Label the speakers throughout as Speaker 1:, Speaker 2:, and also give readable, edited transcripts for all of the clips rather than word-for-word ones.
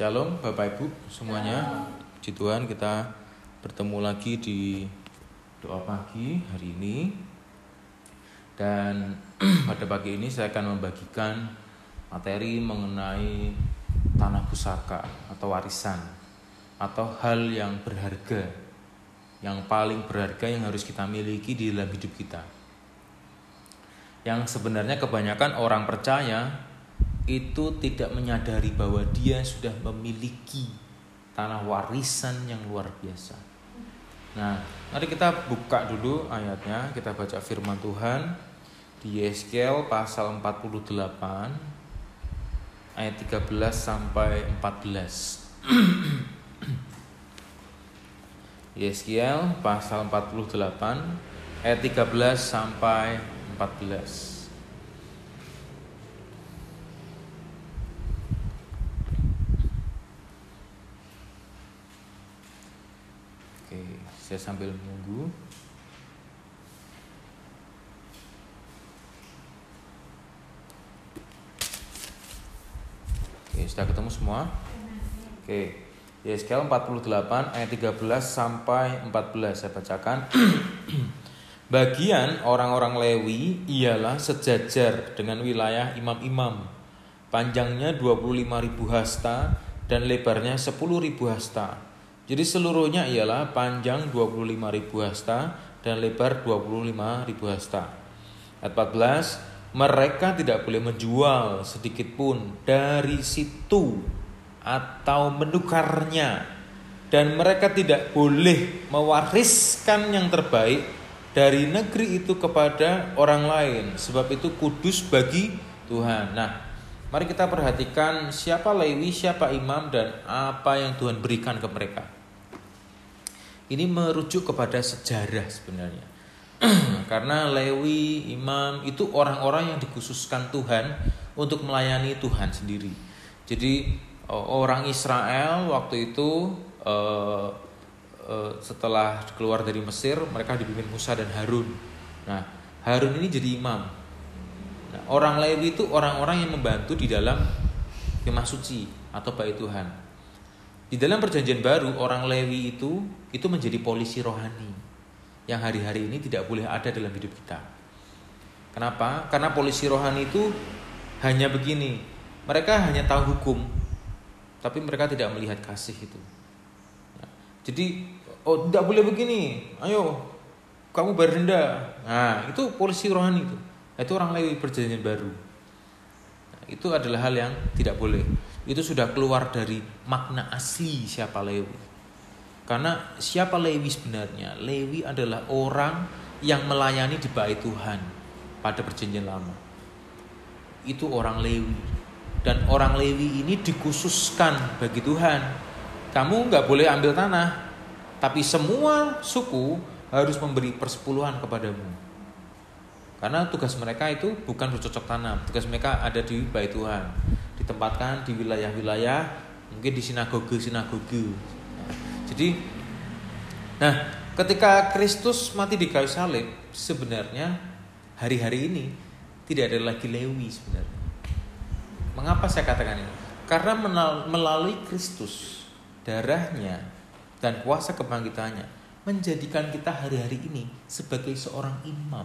Speaker 1: Shalom Bapak Ibu semuanya. Puji Tuhan, kita bertemu lagi di doa pagi hari ini. Dan pada pagi ini saya akan membagikan materi mengenai tanah pusaka atau warisan, atau hal yang berharga, yang paling berharga yang harus kita miliki di dalam hidup kita. Yang sebenarnya kebanyakan orang percaya itu tidak menyadari bahwa dia sudah memiliki tanah warisan yang luar biasa. Nah, mari kita buka dulu ayatnya. Kita baca firman Tuhan di Yeskiel pasal 48 ayat 13 sampai 14. Yeskiel pasal 48 ayat 13 sampai 14. Saya sambil menunggu. Oke, sudah ketemu semua? Oke. Yeskiel 48 ayat 13 sampai 14 saya bacakan. Bagian orang-orang Lewi ialah sejajar dengan wilayah imam-imam. Panjangnya 25.000 hasta dan lebarnya 10.000 hasta. Jadi seluruhnya ialah panjang 25.000 hasta dan lebar 25.000 hasta. Ayat 14, mereka tidak boleh menjual sedikit pun dari situ atau menukarnya, dan mereka tidak boleh mewariskan yang terbaik dari negeri itu kepada orang lain, sebab itu kudus bagi Tuhan. Nah, mari kita perhatikan siapa Lewi, siapa imam, dan apa yang Tuhan berikan ke mereka. Ini merujuk kepada sejarah sebenarnya. Karena Lewi, imam itu orang-orang yang dikhususkan Tuhan untuk melayani Tuhan sendiri. Jadi orang Israel waktu itu setelah keluar dari Mesir, mereka dipimpin Musa dan Harun. Nah, Harun ini jadi imam. Nah, orang Lewi itu orang-orang yang membantu di dalam kemah suci atau bait Tuhan. Di dalam perjanjian baru, orang Lewi itu menjadi polisi rohani yang hari-hari ini tidak boleh ada dalam hidup kita. Kenapa? Karena polisi rohani itu hanya begini, mereka hanya tahu hukum, tapi mereka tidak melihat kasih itu. Jadi, tidak boleh begini, ayo kamu bayar denda. Nah, itu polisi rohani itu. Itu orang Lewi perjanjian baru. Nah, itu adalah hal yang tidak boleh. Itu sudah keluar dari makna asli siapa Lewi. Karena siapa Lewi sebenarnya? Lewi adalah orang yang melayani di bait Tuhan pada perjanjian lama. Itu orang Lewi. Dan orang Lewi ini dikhususkan bagi Tuhan. Kamu gak boleh ambil tanah, tapi semua suku harus memberi persepuluhan kepadamu. Karena tugas mereka itu bukan bercocok tanam. Tugas mereka ada di bait Tuhan, ditempatkan di wilayah-wilayah, mungkin di sinagoge. Jadi, nah, ketika Kristus mati di kayu salib, sebenarnya hari-hari ini tidak ada lagi Lewi sebenarnya. Mengapa saya katakan ini? Karena melalui Kristus, darahnya dan kuasa kebangkitannya menjadikan kita hari-hari ini sebagai seorang imam.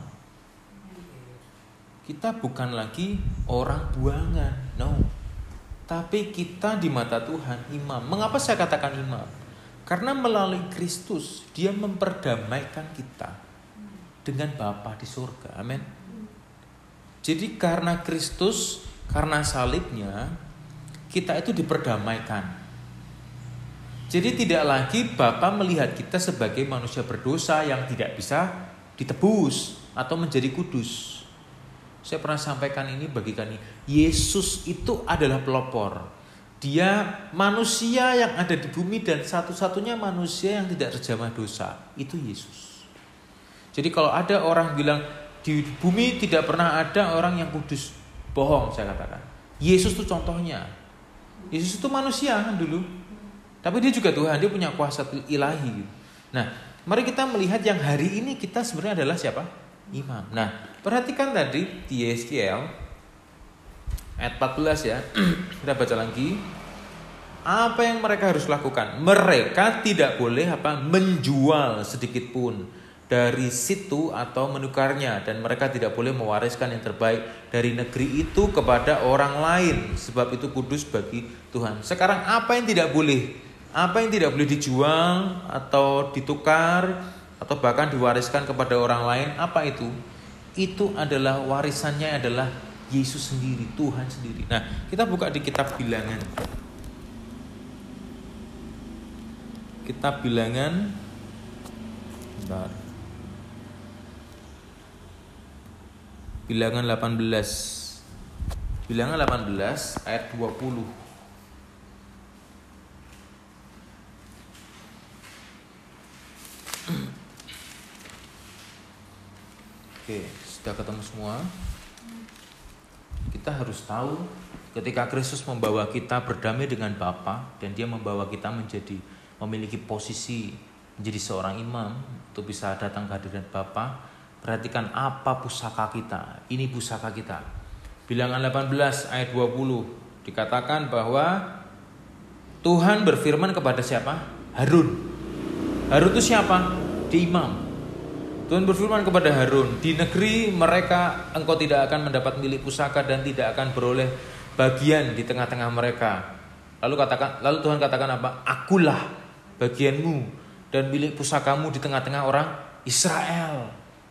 Speaker 1: Kita bukan lagi orang buangan, no. Tapi kita di mata Tuhan imam. Mengapa saya katakan imam? Karena melalui Kristus dia memperdamaikan kita dengan Bapa di surga. Amin. Jadi karena Kristus, karena salibnya, kita itu diperdamaikan. Jadi tidak lagi Bapa melihat kita sebagai manusia berdosa yang tidak bisa ditebus atau menjadi kudus. Saya pernah sampaikan ini, bagikan ini. Yesus itu adalah pelopor. Dia manusia yang ada di bumi dan satu-satunya manusia yang tidak terjamah dosa. Itu Yesus. Jadi kalau ada orang bilang di bumi tidak pernah ada orang yang kudus, bohong saya katakan. Yesus itu contohnya. Yesus itu manusia kan dulu, tapi dia juga Tuhan, dia punya kuasa ilahi. Nah, mari kita melihat yang hari ini kita sebenarnya adalah siapa? Imam. Nah, perhatikan tadi di Yeskiel ayat 14 ya. Kita baca lagi. Apa yang mereka harus lakukan? Mereka tidak boleh menjual sedikit pun dari situ atau menukarnya, dan mereka tidak boleh mewariskan yang terbaik dari negeri itu kepada orang lain, sebab itu kudus bagi Tuhan. Sekarang apa yang tidak boleh? Apa yang tidak boleh dijual atau ditukar atau bahkan diwariskan kepada orang lain? Apa itu? Itu adalah warisannya adalah Yesus sendiri, Tuhan sendiri. Nah, kita buka di kitab Bilangan. Kitab Bilangan, bentar. Bilangan 18. Bilangan 18 ayat 20. Oke, sudah ketemu semua? Kita harus tahu ketika Kristus membawa kita berdamai dengan Bapa dan dia membawa kita memiliki posisi menjadi seorang imam untuk bisa datang ke hadirat Bapa. Perhatikan apa pusaka kita. Ini pusaka kita. Bilangan 18 ayat 20 dikatakan bahwa Tuhan berfirman kepada siapa? Harun. Harun itu siapa? Dia imam. Tuhan berfirman kepada Harun, di negeri mereka engkau tidak akan mendapat milik pusaka dan tidak akan beroleh bagian di tengah-tengah mereka. Lalu Tuhan katakan apa? Akulah bagianmu dan milik pusakamu di tengah-tengah orang Israel.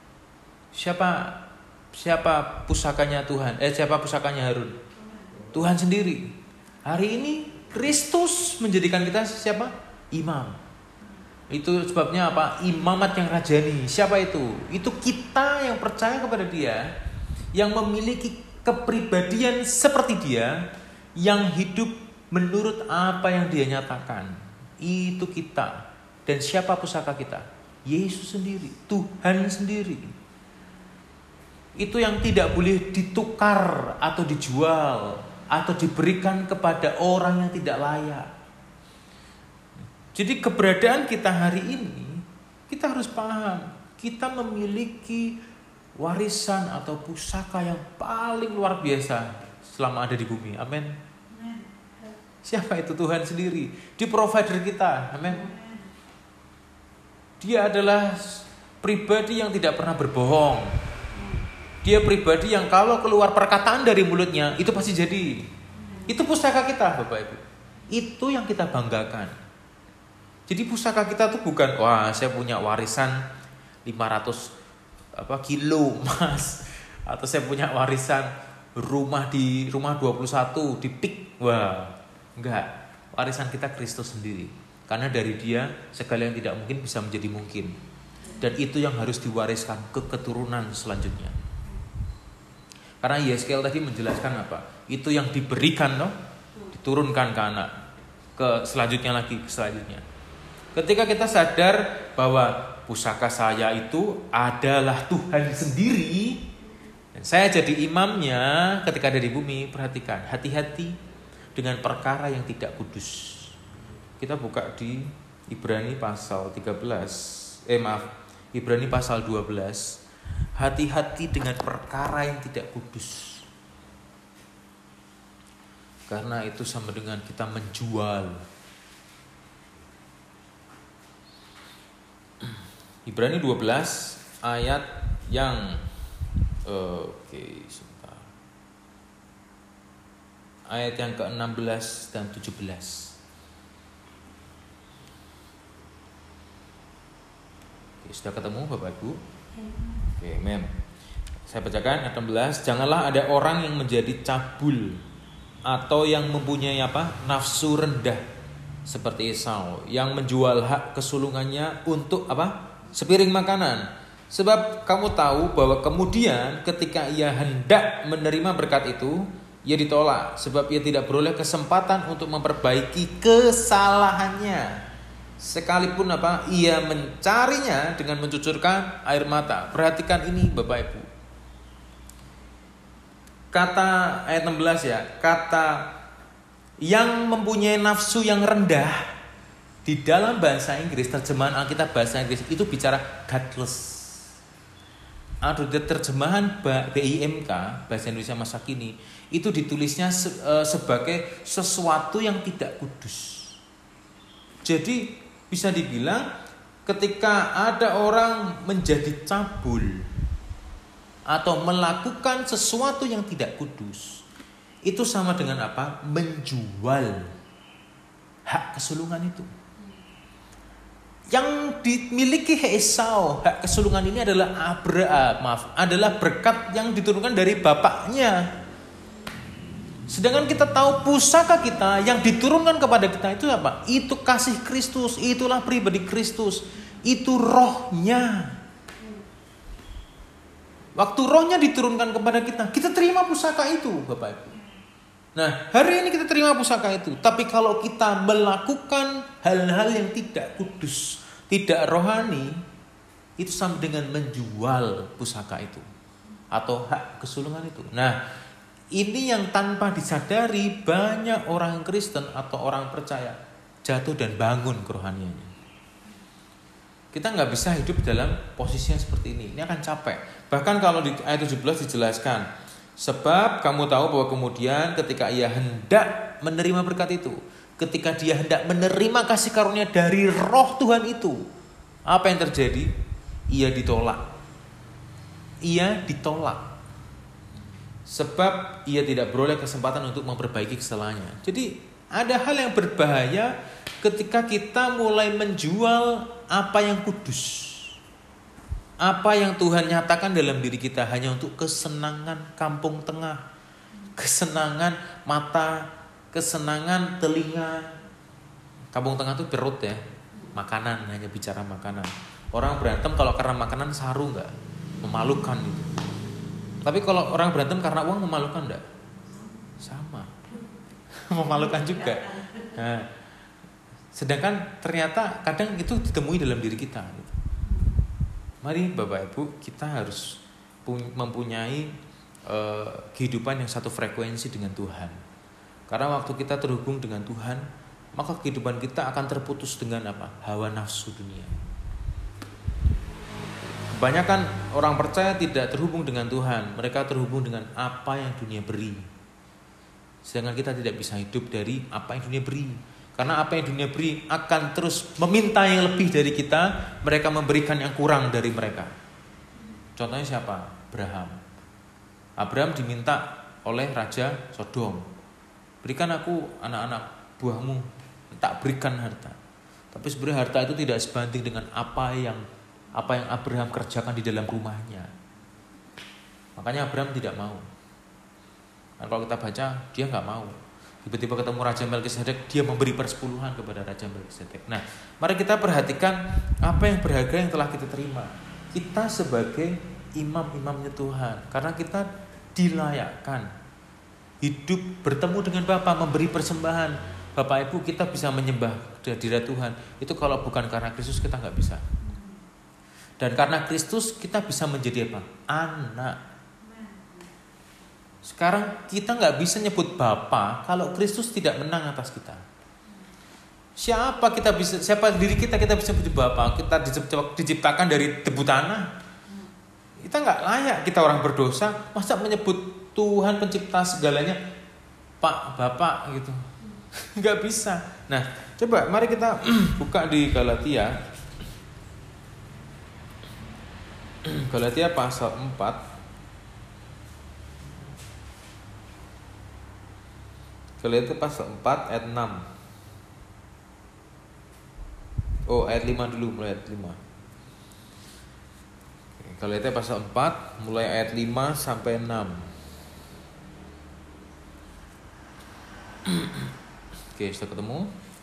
Speaker 1: Siapa pusakanya Tuhan? Siapa pusakanya Harun? Tuhan sendiri. Hari ini Kristus menjadikan kita siapa? Imam. Itu sebabnya apa? Imamat yang rajani. Siapa itu? Itu kita yang percaya kepada dia, yang memiliki kepribadian seperti dia, yang hidup menurut apa yang dia nyatakan. Itu kita. Dan siapa pusaka kita? Yesus sendiri, Tuhan sendiri. Itu yang tidak boleh ditukar atau dijual atau diberikan kepada orang yang tidak layak. Jadi keberadaan kita hari ini, kita harus paham, kita memiliki warisan atau pusaka yang paling luar biasa selama ada di bumi. Amin. Siapa itu? Tuhan sendiri. Dia provider kita. Amin. Dia adalah pribadi yang tidak pernah berbohong. Dia pribadi yang kalau keluar perkataan dari mulutnya, itu pasti jadi. Itu pusaka kita, Bapak Ibu. Itu yang kita banggakan. Jadi pusaka kita tuh bukan, wah saya punya warisan 500 kilo emas, atau saya punya warisan rumah 21 di Pik. Wah, enggak. Warisan kita Kristus sendiri. Karena dari dia segala yang tidak mungkin bisa menjadi mungkin. Dan itu yang harus diwariskan ke keturunan selanjutnya. Karena Yeskiel tadi menjelaskan apa? Itu yang diberikan diturunkan ke anak, ke selanjutnya. Ketika kita sadar bahwa pusaka saya itu adalah Tuhan sendiri, dan saya jadi imamnya ketika ada di bumi, perhatikan, hati-hati dengan perkara yang tidak kudus. Kita buka di Ibrani pasal 12. Hati-hati dengan perkara yang tidak kudus. Karena itu sama dengan kita menjual. Ibrani 12 ayat yang sebentar. Ayat yang ke-16 dan 17. Sudah ketemu Bapak Ibu? Amen. Saya bacakan ayat 16. Janganlah ada orang yang menjadi cabul atau yang mempunyai nafsu rendah seperti Esau, yang menjual hak kesulungannya untuk sepiring makanan. Sebab kamu tahu bahwa kemudian ketika ia hendak menerima berkat itu, ia ditolak, sebab ia tidak beroleh kesempatan untuk memperbaiki kesalahannya. Sekalipun ia mencarinya dengan mencucurkan air mata. Perhatikan ini Bapak Ibu. Kata ayat 16 ya, kata yang mempunyai nafsu yang rendah. Di dalam bahasa Inggris, terjemahan Alkitab bahasa Inggris itu bicara godless. terjemahan BIMK Bahasa Indonesia Masa Kini itu ditulisnya sebagai sesuatu yang tidak kudus. Jadi bisa dibilang ketika ada orang menjadi cabul atau melakukan sesuatu yang tidak kudus, itu sama dengan apa? Menjual hak kesulungan itu. Yang dimiliki Esau, hak kesulungan ini adalah adalah berkat yang diturunkan dari bapaknya. Sedangkan kita tahu pusaka kita yang diturunkan kepada kita itu apa? Itu kasih Kristus, itulah pribadi Kristus, itu rohnya. Waktu rohnya diturunkan kepada kita terima pusaka itu, Bapak Ibu. Nah, hari ini kita terima pusaka itu. Tapi kalau kita melakukan hal-hal yang tidak kudus, tidak rohani, itu sama dengan menjual pusaka itu atau hak kesulungan itu. Nah, ini yang tanpa disadari banyak orang Kristen atau orang percaya jatuh dan bangun kerohaniannya. Kita nggak bisa hidup dalam posisi yang seperti ini. Ini akan capek. Bahkan kalau di ayat 17 dijelaskan, sebab kamu tahu bahwa kemudian ketika ia hendak menerima berkat itu, ketika dia hendak menerima kasih karunia dari roh Tuhan itu, apa yang terjadi? Ia ditolak. Ia ditolak. Sebab ia tidak beroleh kesempatan untuk memperbaiki kesalahannya. Jadi ada hal yang berbahaya ketika kita mulai menjual apa yang kudus. Apa yang Tuhan nyatakan dalam diri kita hanya untuk kesenangan kampung tengah, kesenangan mata, kesenangan telinga. Kampung tengah itu perut ya, makanan, hanya bicara makanan. Orang berantem kalau karena makanan saru nggak? Memalukan itu. Tapi kalau orang berantem karena uang memalukan nggak? Sama, memalukan juga. Nah, sedangkan ternyata kadang itu ditemui dalam diri kita. Mari Bapak Ibu, kita harus mempunyai kehidupan yang satu frekuensi dengan Tuhan. Karena waktu kita terhubung dengan Tuhan, maka kehidupan kita akan terputus dengan apa? Hawa nafsu dunia. Kebanyakan orang percaya tidak terhubung dengan Tuhan, mereka terhubung dengan apa yang dunia beri. Sedangkan kita tidak bisa hidup dari apa yang dunia beri. Karena apa yang dunia beri akan terus meminta yang lebih dari kita, mereka memberikan yang kurang dari mereka. Contohnya siapa? Abraham diminta oleh Raja Sodom, berikan aku anak-anak buahmu, tak berikan harta. Tapi sebenarnya harta itu tidak sebanding dengan apa yang Abraham kerjakan di dalam rumahnya. Makanya Abraham tidak mau. Dan kalau kita baca, dia nggak mau. Tiba-tiba ketemu Raja Melkisedek, dia memberi persepuluhan kepada Raja Melkisedek. Nah, mari kita perhatikan apa yang berharga yang telah kita terima. Kita sebagai imam-imamnya Tuhan, karena kita dilayakkan hidup bertemu dengan Bapa, memberi persembahan. Bapak Ibu, kita bisa menyembah kehadirat Tuhan. Itu kalau bukan karena Kristus kita nggak bisa. Dan karena Kristus kita bisa menjadi apa? Anak. Sekarang kita nggak bisa nyebut Bapa kalau Kristus tidak menang atas kita. Siapa diri kita bisa nyebut Bapa? Kita diciptakan dari debu tanah. Kita nggak layak, kita orang berdosa. Masa menyebut Tuhan pencipta segalanya Pak, Bapak gitu? Nggak bisa. Nah, coba mari kita buka di Galatia. Galatia pasal 4. Galatia pasal 4 ayat 6. Ayat 5 dulu, mulai ayat 5. Galatia pasal 4 mulai ayat 5 sampai 6. Oke, sudah ketemu?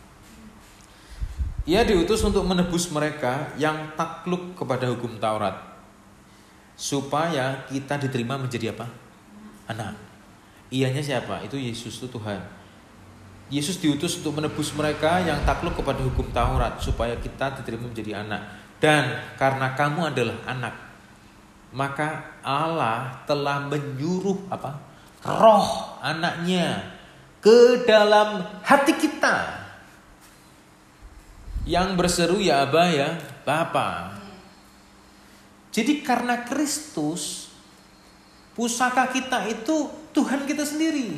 Speaker 1: Ia diutus untuk menebus mereka yang takluk kepada hukum Taurat, supaya kita diterima menjadi apa? Anak. Ianya siapa? Itu Yesus, itu Tuhan. Yesus diutus untuk menebus mereka yang takluk kepada hukum Taurat, supaya kita diterima menjadi anak. Dan karena kamu adalah anak, maka Allah telah menyuruh apa? Roh anaknya ke dalam hati kita, yang berseru ya Aba, ya Bapa. Jadi karena Kristus, pusaka kita itu Tuhan kita sendiri.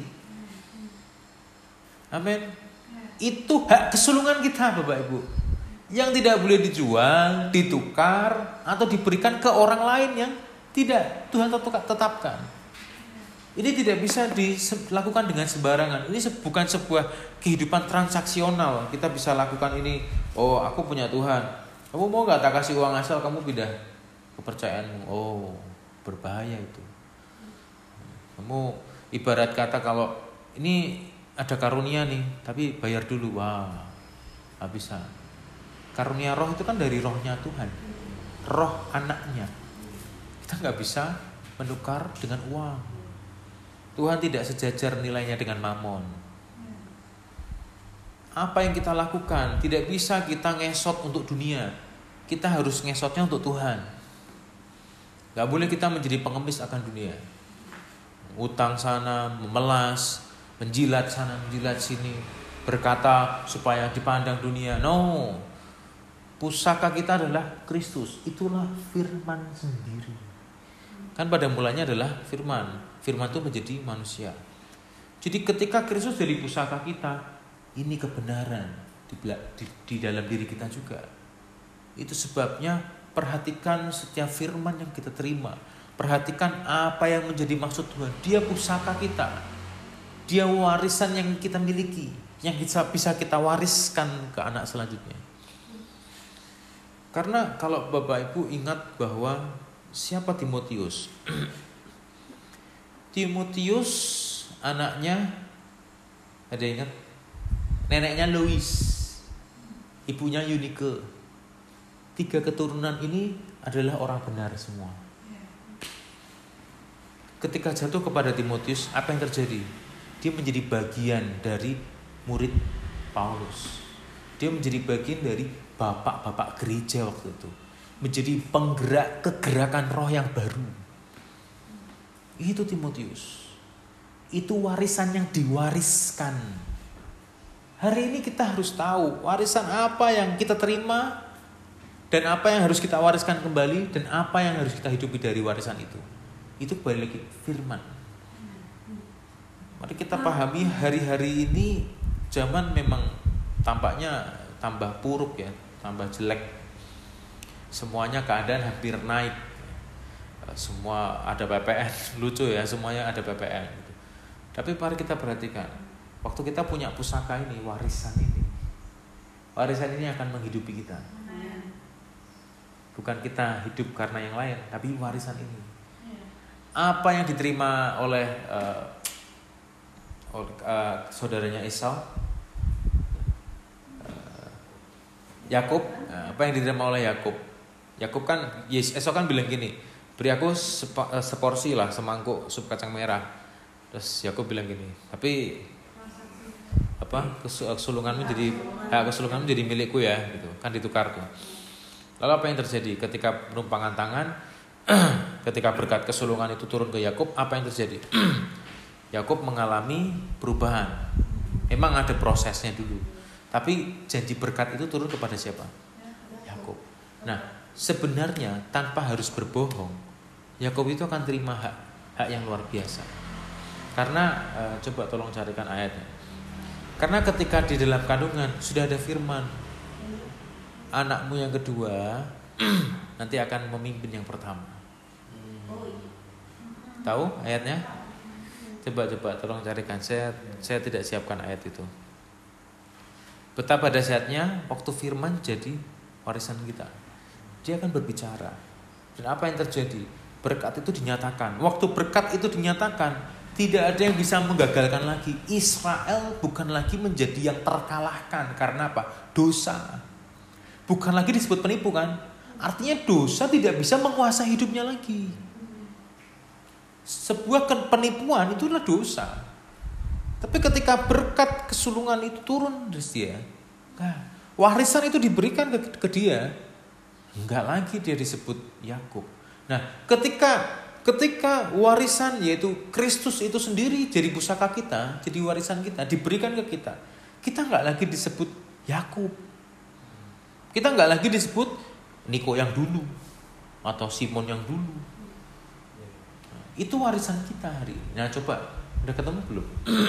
Speaker 1: Amin. Itu hak kesulungan kita, Bapak Ibu, yang tidak boleh dijual, ditukar, atau diberikan ke orang lain yang tidak Tuhan tetapkan. Ini tidak bisa dilakukan dengan sembarangan. Ini bukan sebuah kehidupan transaksional. Kita bisa lakukan ini. Oh, aku punya Tuhan. Kamu mau gak tak kasih uang asal kamu pindah kepercayaanmu? Oh, berbahaya itu. Kamu ibarat kata kalau ini ada karunia nih, tapi bayar dulu. Wah, gak bisa. Karunia roh itu kan dari rohnya Tuhan, roh anaknya. Kita gak bisa menukar dengan uang. Tuhan tidak sejajar nilainya dengan mamon. Apa yang kita lakukan tidak bisa kita ngesot untuk dunia. Kita harus ngesotnya untuk Tuhan. Gak boleh kita menjadi pengemis akan dunia. Utang sana, memelas, menjilat sana, menjilat sini, berkata supaya dipandang dunia. No. Pusaka kita adalah Kristus. Itulah firman sendiri. Kan pada mulanya adalah firman. Firman itu menjadi manusia. Jadi ketika Kristus jadi pusaka kita, ini kebenaran di dalam diri kita juga. Itu sebabnya perhatikan setiap firman yang kita terima. Perhatikan apa yang menjadi maksud Tuhan. Dia pusaka kita. Dia warisan yang kita miliki, yang bisa kita wariskan ke anak selanjutnya. Karena kalau Bapak Ibu ingat bahwa siapa Timotius? Timotius anaknya, ada ingat? Neneknya Lois, ibunya Eunike. 3 keturunan ini adalah orang benar semua. Ketika jatuh kepada Timotius, apa yang terjadi? Dia menjadi bagian dari murid Paulus. Dia menjadi bagian dari bapak-bapak gereja waktu itu. Menjadi penggerak kegerakan roh yang baru. Itu Timotius. Itu warisan yang diwariskan. Hari ini kita harus tahu warisan apa yang kita terima dan apa yang harus kita wariskan kembali dan apa yang harus kita hidupi dari warisan itu. Itu kembali lagi firman. Mari kita pahami hari-hari ini zaman memang tampaknya tambah buruk ya, tambah jelek. Semuanya keadaan hampir naik. Semua ada PPN, lucu ya, semuanya ada PPN gitu. Tapi mari kita perhatikan, waktu kita punya pusaka ini, warisan ini akan menghidupi kita. Bukan kita hidup karena yang lain, tapi warisan ini. Apa yang diterima oleh saudaranya Esau, Yakub, apa yang diterima oleh Yakub? Yakub kan, Esau kan bilang gini, beri aku seporsi lah, semangkuk sup kacang merah. Terus Yakub bilang gini, tapi kesulunganmu jadi milikku ya, gitu kan, ditukar tuh. Lalu apa yang terjadi ketika penumpangan tangan? Ketika berkat kesulungan itu turun ke Yakub, apa yang terjadi? Yakub mengalami perubahan. Memang ada prosesnya dulu, tapi janji berkat itu turun kepada siapa? Yakub. Nah, sebenarnya tanpa harus berbohong, Yakub itu akan terima hak yang luar biasa. Karena coba tolong carikan ayatnya. Karena ketika di dalam kandungan sudah ada firman, anakmu yang kedua nanti akan memimpin yang pertama. Tahu ayatnya? Coba tolong carikan. Saya tidak siapkan ayat itu. Betapa dahsyatnya waktu firman jadi warisan kita. Dia akan berbicara. Dan apa yang terjadi? Berkat itu dinyatakan. Waktu berkat itu dinyatakan, tidak ada yang bisa menggagalkan lagi. Israel bukan lagi menjadi yang terkalahkan. Karena apa? Dosa. Bukan lagi disebut penipu kan? Artinya dosa tidak bisa menguasai hidupnya lagi. Sebuah penipuan itulah dosa. Tapi ketika berkat kesulungan itu turun dari dia, warisan itu diberikan ke dia, enggak lagi dia disebut Yakub. Nah, ketika warisan yaitu Kristus itu sendiri jadi pusaka kita, jadi warisan kita, diberikan ke kita, kita enggak lagi disebut Yakub. Kita enggak lagi disebut Niko yang dulu. atau Simon yang dulu. Itu warisan kita hari ini. Nah coba, udah ketemu belum?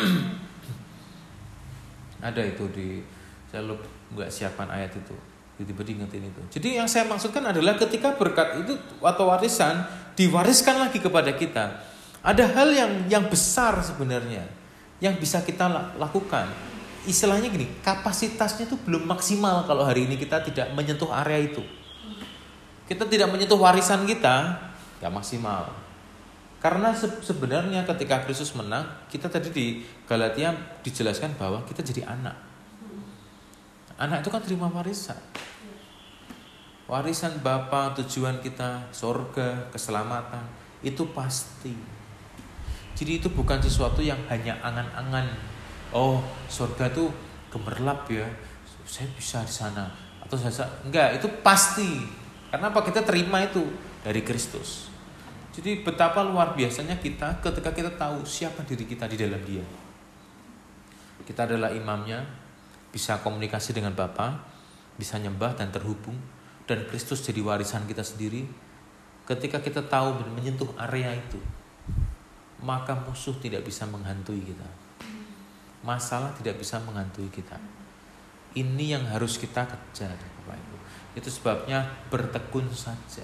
Speaker 1: Ada itu saya lupa nggak siapkan ayat itu, tiba-tiba diingetin itu. Jadi yang saya maksudkan adalah ketika berkat itu atau warisan diwariskan lagi kepada kita, ada hal yang besar sebenarnya yang bisa kita lakukan. Istilahnya gini, kapasitasnya itu belum maksimal kalau hari ini kita tidak menyentuh area itu. Kita tidak menyentuh warisan kita, nggak maksimal. Karena sebenarnya ketika Kristus menang, kita tadi di Galatia dijelaskan bahwa kita jadi anak. Anak itu kan terima warisan. Warisan Bapa, tujuan kita, surga, keselamatan, itu pasti. Jadi itu bukan sesuatu yang hanya angan-angan. Oh, surga itu gemerlap ya, saya bisa di sana. Atau enggak, itu pasti. Karena apa? Kita terima itu dari Kristus. Jadi betapa luar biasanya kita ketika kita tahu siapa diri kita di dalam Dia. Kita adalah imamnya, bisa komunikasi dengan Bapa, bisa nyembah dan terhubung, dan Kristus jadi warisan kita sendiri. Ketika kita tahu dan menyentuh area itu, maka musuh tidak bisa menghantui kita. Masalah tidak bisa menghantui kita. Ini yang harus kita kejar, Bapak Ibu. Itu sebabnya bertekun saja.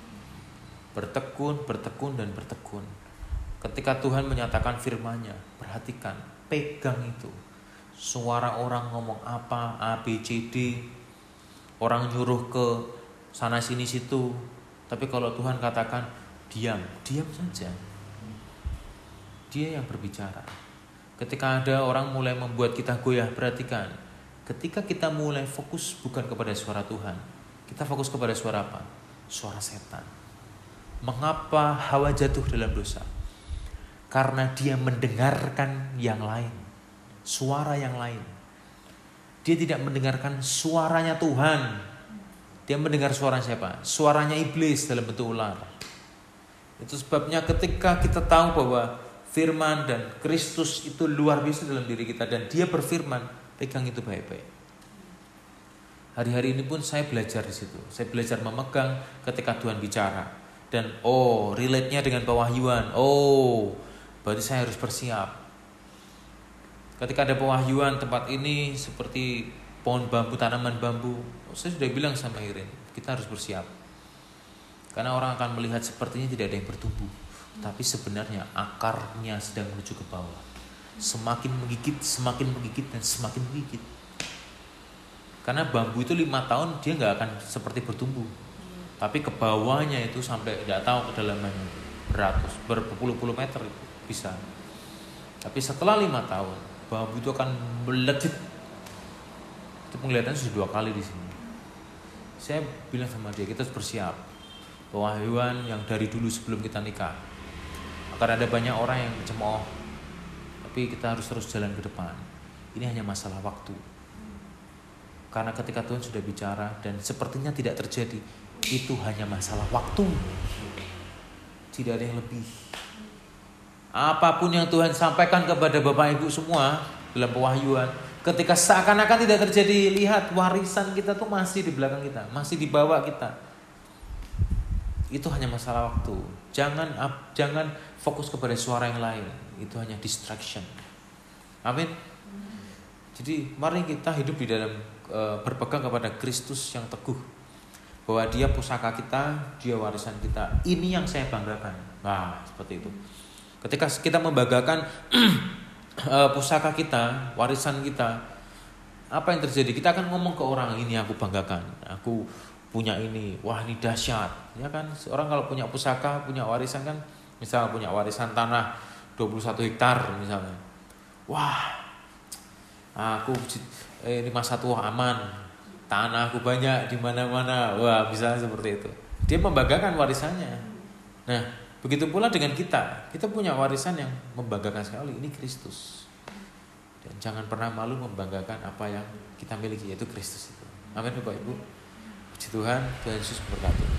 Speaker 1: Bertekun, dan bertekun. Ketika Tuhan menyatakan firman-Nya, perhatikan, pegang itu. Suara orang ngomong apa, A, B, C, D. Orang nyuruh ke sana sini situ. Tapi kalau Tuhan katakan diam saja. Dia yang berbicara. Ketika ada orang mulai membuat kita goyah, perhatikan. Ketika kita mulai fokus bukan kepada suara Tuhan, kita fokus kepada suara apa? Suara setan. Mengapa Hawa jatuh dalam dosa? Karena dia mendengarkan yang lain, suara yang lain. Dia tidak mendengarkan suaranya Tuhan. Dia mendengar suara siapa? Suaranya iblis dalam bentuk ular. Itu sebabnya ketika kita tahu bahwa firman dan Kristus itu luar biasa dalam diri kita dan Dia berfirman, pegang itu baik-baik. Hari-hari ini pun saya belajar di situ. Saya belajar memegang ketika Tuhan bicara. Dan relate-nya dengan pewahyuan. Berarti saya harus bersiap. Ketika ada pewahyuan tempat ini seperti pohon bambu, tanaman bambu, saya sudah bilang sama Irin, kita harus bersiap. Karena orang akan melihat sepertinya tidak ada yang bertumbuh, tapi sebenarnya akarnya sedang menuju ke bawah. Semakin menggigit, dan semakin menggigit. Karena bambu itu 5 tahun dia nggak akan seperti bertumbuh. Tapi ke bawahnya itu sampai tidak tahu kedalamannya berpuluh-puluh meter itu bisa. Tapi setelah 5 tahun bambu itu akan melejit. Itu penglihatan sudah 2 kali di sini. Saya bilang sama dia, kita harus bersiap. Pewahyuan yang dari dulu sebelum kita nikah. Akan ada banyak orang yang cemooh, tapi kita harus terus jalan ke depan. Ini hanya masalah waktu. Karena ketika Tuhan sudah bicara dan sepertinya tidak terjadi, itu hanya masalah waktu. Tidak ada yang lebih. Apapun yang Tuhan sampaikan kepada Bapak Ibu semua dalam pewahyuan, ketika seakan-akan tidak terjadi, lihat warisan kita tuh masih di belakang kita, masih di bawah kita. Itu hanya masalah waktu. Jangan fokus kepada suara yang lain. Itu hanya distraction. Amin. Jadi mari kita hidup di dalam berpegang kepada Kristus yang teguh. Bahwa Dia pusaka kita, Dia warisan kita. Ini yang saya banggakan. Nah, seperti itu. Ketika kita membanggakan pusaka kita, warisan kita, apa yang terjadi? Kita akan ngomong ke orang, ini aku banggakan. Aku punya ini. Wah, ini dahsyat. Ya kan? Orang kalau punya pusaka, punya warisan kan, misalnya punya warisan tanah 21 hektar misalnya. Wah, aku ini masa tua aman. Tanah aku banyak di mana-mana. Wah, bisa seperti itu. Dia membanggakan warisannya. Nah, begitu pula dengan kita. Kita punya warisan yang membanggakan sekali. Ini Kristus. Dan jangan pernah malu membanggakan apa yang kita miliki, yaitu Kristus itu. Amin Bapak Ibu. Puji Tuhan, Tuhan Yesus memberkati.